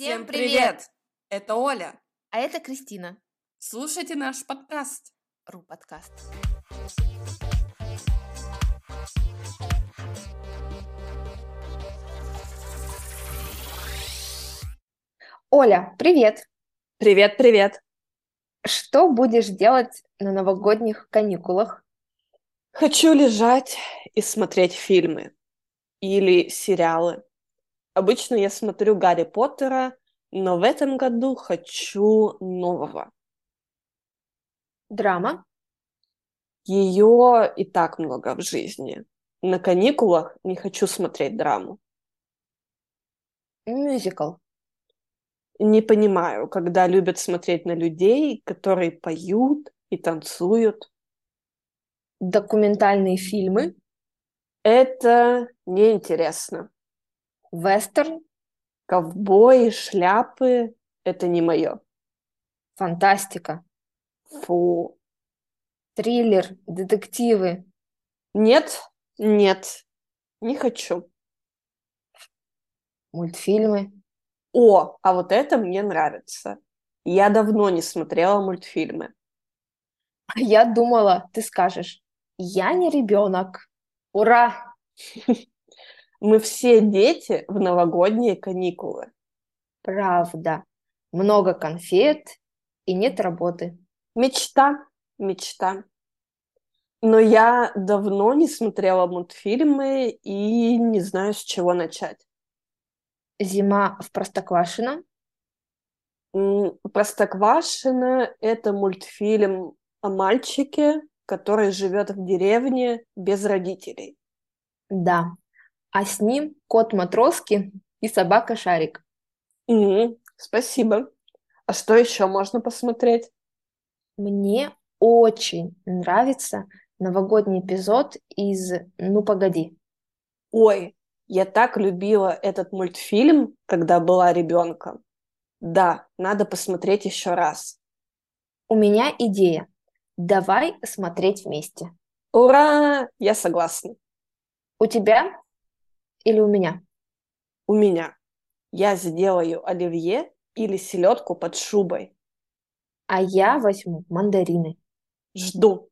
Всем привет! Это Оля. А это Кристина. Слушайте наш подкаст. Подкаст. Оля, привет! Привет. Что будешь делать на новогодних каникулах? Хочу лежать и смотреть фильмы или сериалы. Обычно я смотрю Гарри Поттера, но в этом году хочу нового. Драма? Ее и так много в жизни. На каникулах не хочу смотреть драму. Мюзикл? Не понимаю, когда любят смотреть на людей, которые поют и танцуют. Документальные фильмы? Это неинтересно. Вестерн? Ковбои, шляпы — это не мое. Фантастика? Фу. Триллер? Детективы? Нет, не хочу. Мультфильмы? А вот это мне нравится. Я давно не смотрела мультфильмы. Я думала, ты скажешь, я не ребенок. Ура! Мы все дети в новогодние каникулы. Правда. Много конфет и нет работы. Мечта. Но я давно не смотрела мультфильмы и не знаю, с чего начать. Зима в Простоквашино? Простоквашино — это мультфильм о мальчике, который живет в деревне без родителей. Да. А с ним кот Матроски и собака Шарик. Спасибо. А что еще можно посмотреть? Мне очень нравится новогодний эпизод из «Ну, погоди». Ой, я так любила этот мультфильм, когда была ребенком. Да, надо посмотреть еще раз. У меня идея. Давай смотреть вместе. Ура! Я согласна. У тебя или у меня? У меня. Я сделаю оливье или селедку под шубой. А я возьму мандарины. Жду.